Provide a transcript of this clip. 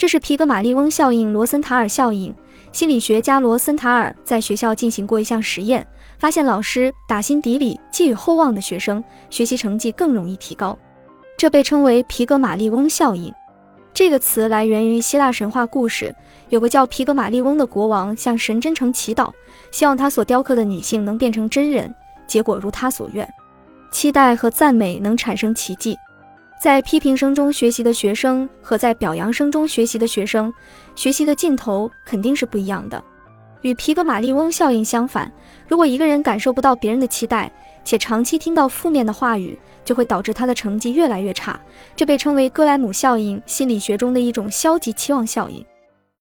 这是皮格马利翁效应、罗森塔尔效应。心理学家罗森塔尔在学校进行过一项实验，发现老师打心底里寄予厚望的学生，学习成绩更容易提高。这被称为皮格马利翁效应。这个词来源于希腊神话故事，有个叫皮格马利翁的国王向神真诚祈祷，希望他所雕刻的女性能变成真人，结果如他所愿。期待和赞美能产生奇迹。在批评声中学习的学生和在表扬声中学习的学生，学习的尽头肯定是不一样的。与皮格马利翁效应相反，如果一个人感受不到别人的期待，且长期听到负面的话语，就会导致他的成绩越来越差。这被称为格莱姆效应，心理学中的一种消极期望效应。